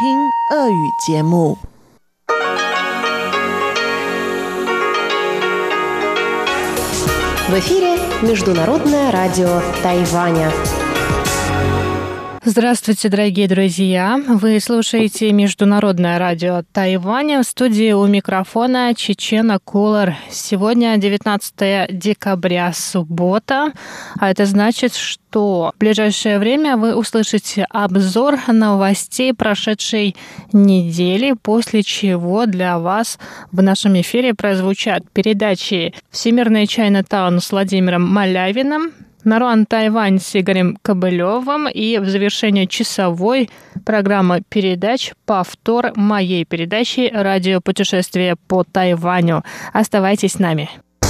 听俄语节目。 В эфире Международное радио Тайваня. Здравствуйте, дорогие друзья! Вы слушаете Международное радио Тайваня. В студии у микрофона Чечена Кулар. Сегодня 19 декабря, суббота. А это значит, что в ближайшее время вы услышите обзор новостей прошедшей недели, после чего для вас в нашем эфире прозвучат передачи «Всемирный Чайнатаун» с Владимиром Малявиным, «Наруан Тайвань» с Игорем Кобылевым и в завершение часовой программы передач повтор моей передачи «Радиопутешествие по Тайваню». Оставайтесь с нами.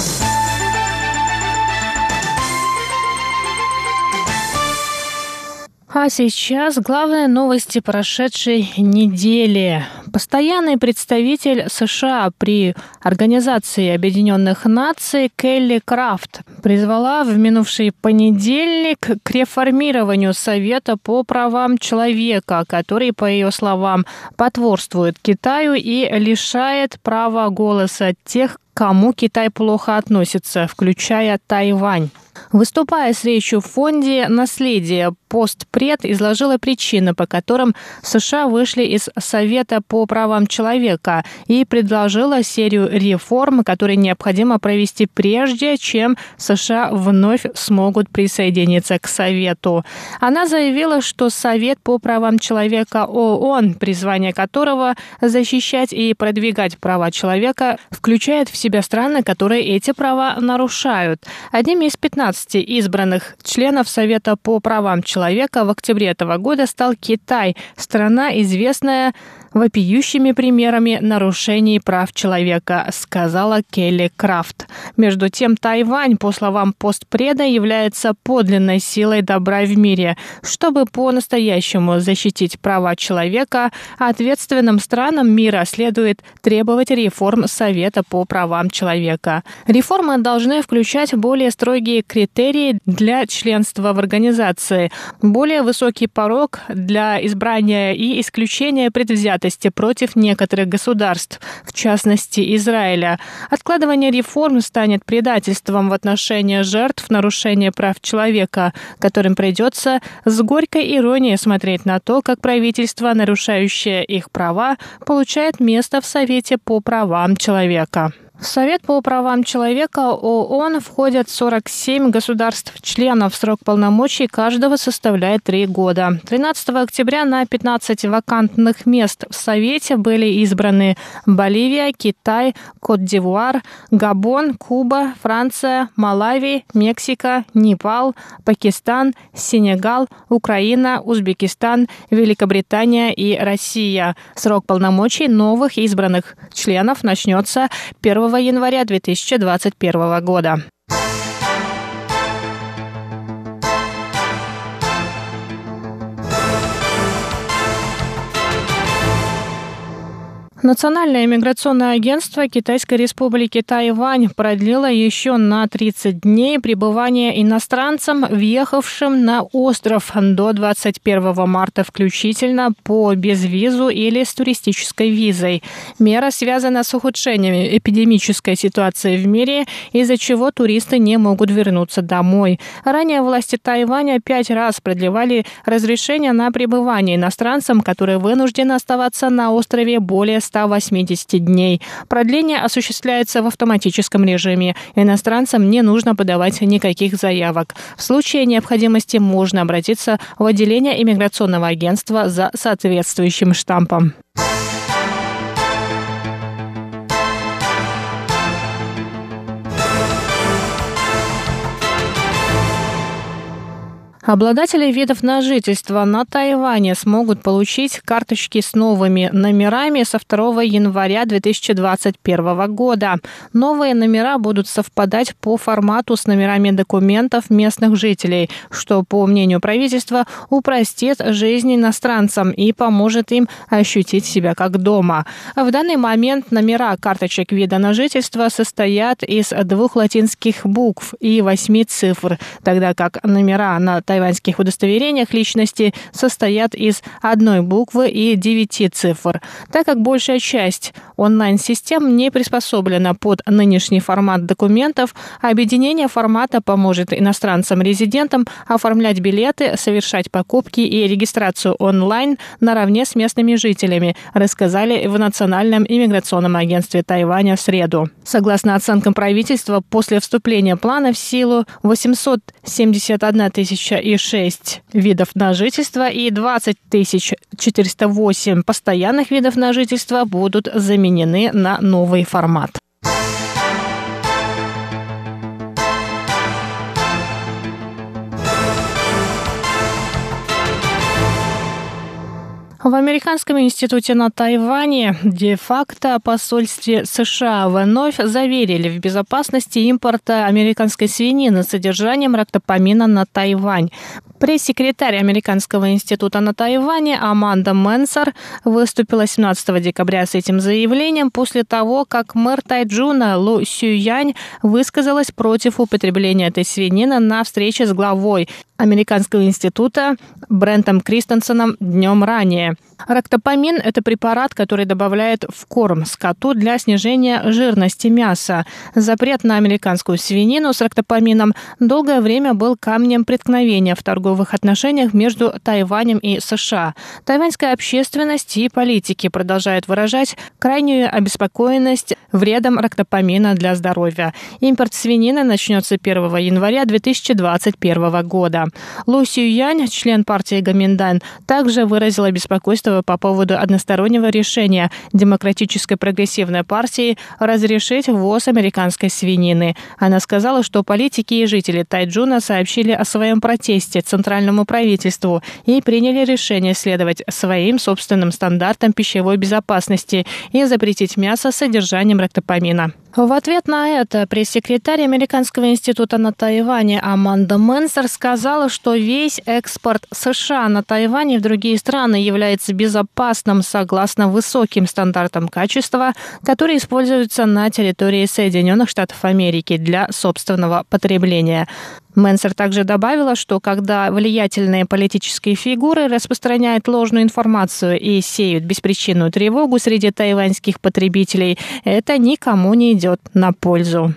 А сейчас главные новости прошедшей недели. Постоянный представитель США при Организации Объединенных Наций Келли Крафт призвала в минувший понедельник к реформированию Совета по правам человека, который, по ее словам, потворствует Китаю и лишает права голоса тех, к кому Китай плохо относится, включая Тайвань. Выступая с речью в фонде «Наследие», постпред изложила причины, по которым США вышли из Совета по правам человека и предложила серию реформ, которые необходимо провести прежде, чем США вновь смогут присоединиться к Совету. Она заявила, что Совет по правам человека ООН, призвание которого защищать и продвигать права человека, включает в себя страны, которые эти права нарушают. Одним из 15 избранных членов Совета по правам человека в октябре этого года стал Китай, страна, известная вопиющими примерами нарушений прав человека, сказала Келли Крафт. Между тем, Тайвань, по словам постпреда, является подлинной силой добра в мире. Чтобы по-настоящему защитить права человека, ответственным странам мира следует требовать реформ Совета по правам человека. Реформы должны включать более строгие критерии для членства в организации, более высокий порог для избрания и исключения предвзятости против некоторых государств, в частности Израиля. Откладывание реформ станет предательством в отношении жертв нарушения прав человека, которым придется с горькой иронией смотреть на то, как правительство, нарушающее их права, получает место в Совете по правам человека. В Совет по правам человека ООН входят 47 государств-членов. Срок полномочий каждого составляет 3 года. 13 октября на 15 вакантных мест в Совете были избраны Боливия, Китай, Кот-д'Ивуар, Габон, Куба, Франция, Малави, Мексика, Непал, Пакистан, Сенегал, Украина, Узбекистан, Великобритания и Россия. Срок полномочий новых избранных членов начнется 1 января 2021 года. Национальное иммиграционное агентство Китайской республики Тайвань продлило еще на 30 дней пребывание иностранцам, въехавшим на остров до 21 марта включительно по безвизу или с туристической визой. Мера связана с ухудшением эпидемической ситуации в мире, из-за чего туристы не могут вернуться домой. Ранее власти Тайваня 5 раз продлевали разрешение на пребывание иностранцам, которые вынуждены оставаться на острове более 180 дней. Продление осуществляется в автоматическом режиме. Иностранцам не нужно подавать никаких заявок. В случае необходимости можно обратиться в отделение иммиграционного агентства за соответствующим штампом. Обладатели видов на жительство на Тайване смогут получить карточки с новыми номерами со 2 января 2021 года. Новые номера будут совпадать по формату с номерами документов местных жителей, что, по мнению правительства, упростит жизнь иностранцам и поможет им ощутить себя как дома. В данный момент номера карточек вида на жительство состоят из 2 латинских букв и 8 цифр, тогда как номера на тайваньских удостоверениях личности состоят из одной буквы и 9 цифр. Так как большая часть онлайн-систем не приспособлена под нынешний формат документов, объединение формата поможет иностранцам-резидентам оформлять билеты, совершать покупки и регистрацию онлайн наравне с местными жителями, рассказали в Национальном иммиграционном агентстве Тайваня в среду. Согласно оценкам правительства, после вступления плана в силу 871 006 видов на жительство и 20 408 постоянных видов на жительство будут заменены на новый формат. В Американском институте на Тайване де-факто посольстве США вновь заверили в безопасности импорта американской свинины с содержанием рактопамина на Тайвань. Пресс-секретарь Американского института на Тайване Аманда Менсер выступила 17 декабря с этим заявлением после того, как мэр Тайчжуна Лу Сюянь высказалась против употребления этой свинины на встрече с главой Американского института Брентом Кристенсеном днем ранее. Рактопамин – это препарат, который добавляют в корм скоту для снижения жирности мяса. Запрет на американскую свинину с рактопамином долгое время был камнем преткновения в торговых отношениях между Тайванем и США. Тайваньская общественность и политики продолжают выражать крайнюю обеспокоенность вредом рактопамина для здоровья. Импорт свинины начнется 1 января 2021 года. Лу Сюянь, член партии Гоминдан, также выразила беспокойство по поводу одностороннего решения Демократической прогрессивной партии разрешить ввоз американской свинины. Она сказала, что политики и жители Тайчжуна сообщили о своем протесте центральному правительству и приняли решение следовать своим собственным стандартам пищевой безопасности и запретить мясо с содержанием рактопамина. В ответ на это пресс-секретарь Американского института на Тайване Аманда Менсер сказала, что весь экспорт США на Тайвань и в другие страны является безопасным согласно высоким стандартам качества, которые используются на территории Соединенных Штатов Америки для собственного потребления. Менсер также добавила, что когда влиятельные политические фигуры распространяют ложную информацию и сеют беспричинную тревогу среди тайваньских потребителей, это никому не идет на пользу.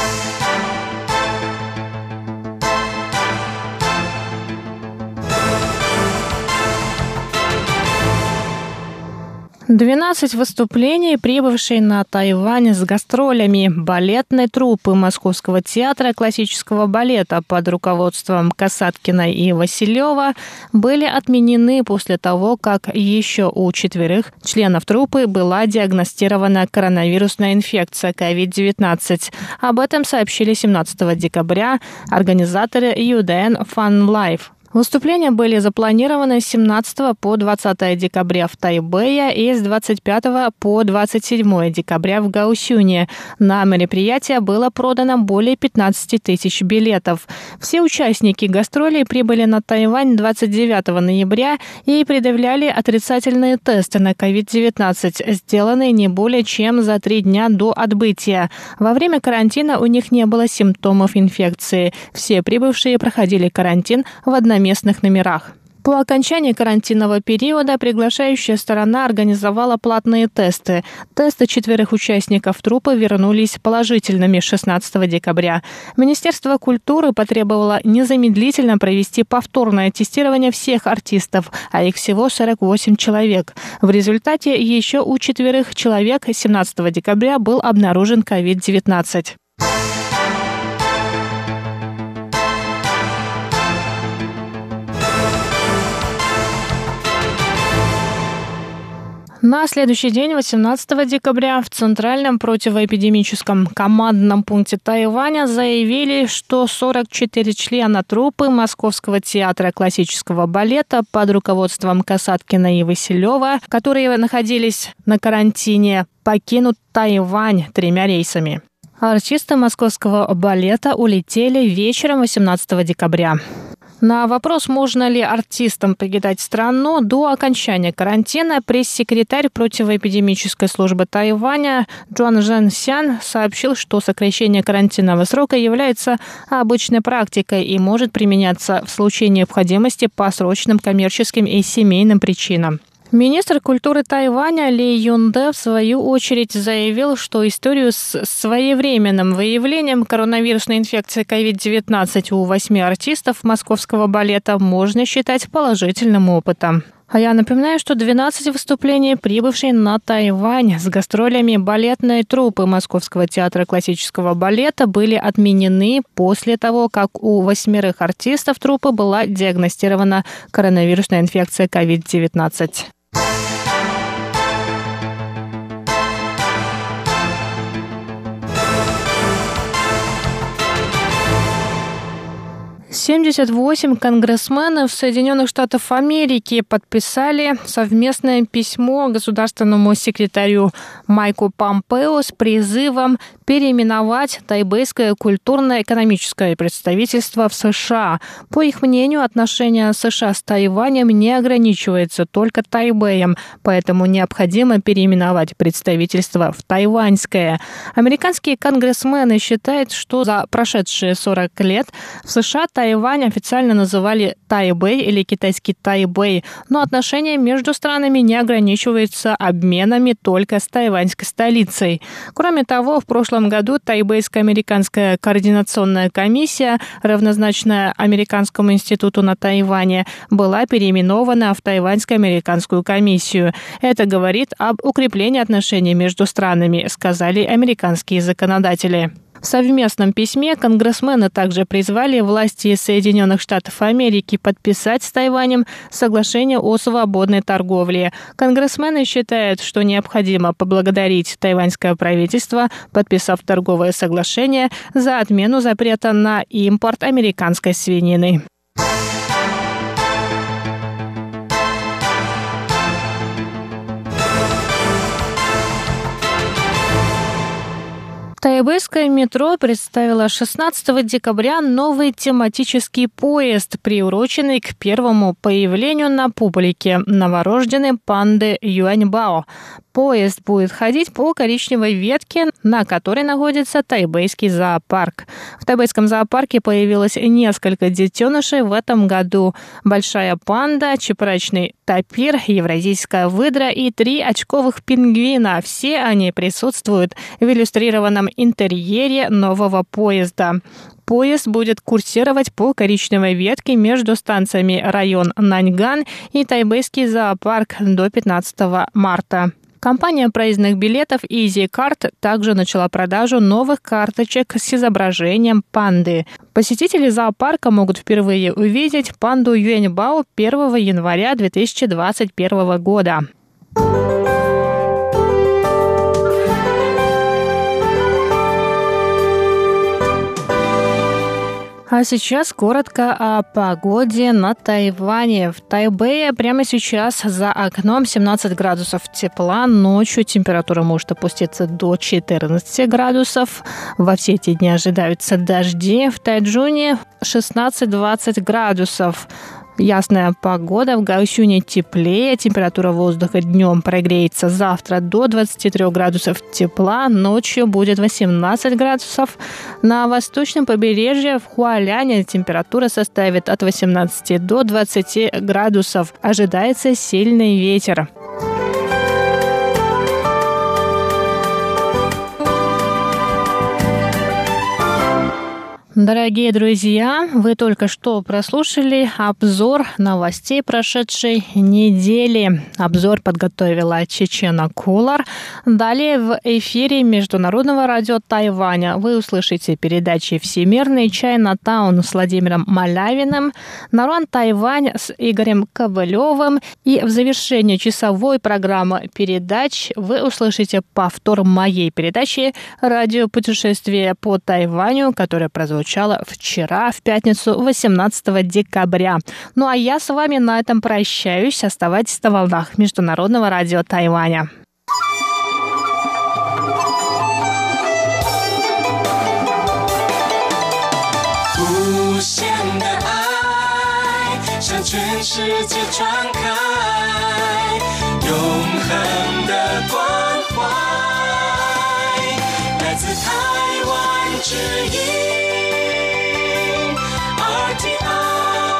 «12 выступлений, прибывшие на Тайвань с гастролями балетной труппы Московского театра классического балета под руководством Касаткина и Василева, были отменены после того, как еще у 4 членов труппы была диагностирована коронавирусная инфекция COVID-19. Об этом сообщили 17 декабря организаторы UDN Fun Life. Выступления были запланированы с 17 по 20 декабря в Тайбэе и с 25 по 27 декабря в Гаосюне. На мероприятие было продано более 15 тысяч билетов. Все участники гастролей прибыли на Тайвань 29 ноября и предъявляли отрицательные тесты на COVID-19, сделанные не более чем за 3 дня до отбытия. Во время карантина у них не было симптомов инфекции. Все прибывшие проходили карантин в одноместных номерах. По окончании карантинного периода приглашающая сторона организовала платные тесты. Тесты 4 участников труппы вернулись положительными 16 декабря. Министерство культуры потребовало незамедлительно провести повторное тестирование всех артистов, а их всего 48 человек. В результате еще у 4 человек 17 декабря был обнаружен COVID-19. На следующий день, 18 декабря, в Центральном противоэпидемическом командном пункте Тайваня заявили, что 44 члена труппы Московского театра классического балета под руководством Касаткина и Василева, которые находились на карантине, покинут Тайвань 3 рейсами. Артисты Московского балета улетели вечером 18 декабря. На вопрос, можно ли артистам покидать страну до окончания карантина, пресс-секретарь противоэпидемической службы Тайваня Джуан Жэнсян сообщил, что сокращение карантинного срока является обычной практикой и может применяться в случае необходимости по срочным коммерческим и семейным причинам. Министр культуры Тайваня Ли Юнде в свою очередь заявил, что историю с своевременным выявлением коронавирусной инфекции COVID-19 у 8 артистов московского балета можно считать положительным опытом. А я напоминаю, что 12 выступлений, прибывшие на Тайвань с гастролями балетной труппы Московского театра классического балета, были отменены после того, как у 8 артистов труппы была диагностирована коронавирусная инфекция COVID-19. 78 конгрессменов Соединенных Штатов Америки подписали совместное письмо государственному секретарю Майку Помпео с призывом переименовать тайбэйское культурно-экономическое представительство в США. По их мнению, отношения США с Тайванем не ограничиваются только Тайбэем, поэтому необходимо переименовать представительство в тайваньское. Американские конгрессмены считают, что за прошедшие 40 лет в США Тайвань официально называли Тайбэй или китайский Тайбэй, но отношения между странами не ограничиваются обменами только с тайваньской столицей. Кроме того, в прошлом году Тайбэйско-американская координационная комиссия, равнозначная Американскому институту на Тайване, была переименована в Тайваньско-американскую комиссию. Это говорит об укреплении отношений между странами, сказали американские законодатели. В совместном письме конгрессмены также призвали власти Соединенных Штатов Америки подписать с Тайванем соглашение о свободной торговле. Конгрессмены считают, что необходимо поблагодарить тайваньское правительство, подписав торговое соглашение за отмену запрета на импорт американской свинины. Тайбэйское метро представило 16 декабря новый тематический поезд, приуроченный к первому появлению на публике новорожденной панды Юаньбао. Поезд будет ходить по коричневой ветке, на которой находится Тайбэйский зоопарк. В Тайбэйском зоопарке появилось несколько детенышей в этом году. Большая панда, чепрачный тапир, евразийская выдра и 3 очковых пингвина. Все они присутствуют в иллюстрированном интерьере нового поезда. Поезд будет курсировать по коричневой ветке между станциями район Наньган и Тайбэйский зоопарк до 15 марта. Компания проездных билетов EasyCard также начала продажу новых карточек с изображением панды. Посетители зоопарка могут впервые увидеть панду Юаньбао 1 января 2021 года. А сейчас коротко о погоде на Тайване. В Тайбэе прямо сейчас за окном 17 градусов тепла. Ночью температура может опуститься до 14 градусов. Во все эти дни ожидаются дожди. В Тайчжуне 16-20 градусов. Ясная погода, в Гаосюне теплее, температура воздуха днем прогреется завтра до 23 градусов тепла, ночью будет 18 градусов. На восточном побережье в Хуаляне температура составит от 18 до 20 градусов. Ожидается сильный ветер. Дорогие друзья, вы только что прослушали обзор новостей прошедшей недели. Обзор подготовила Чечена Кулар. Далее в эфире Международного радио Тайваня вы услышите передачи «Всемирный Чайнатаун» с Владимиром Малявиным, «Наруан Тайвань» с Игорем Ковалевым. И в завершении часовой программы передач вы услышите повтор моей передачи «Радиопутешествие по Тайваню», которая прозвучала вчера, в пятницу, 18 декабря. Ну а я с вами на этом прощаюсь. Оставайтесь на волнах Международного радио Тайваня. 全世界传开永恒的关怀，来自台湾之音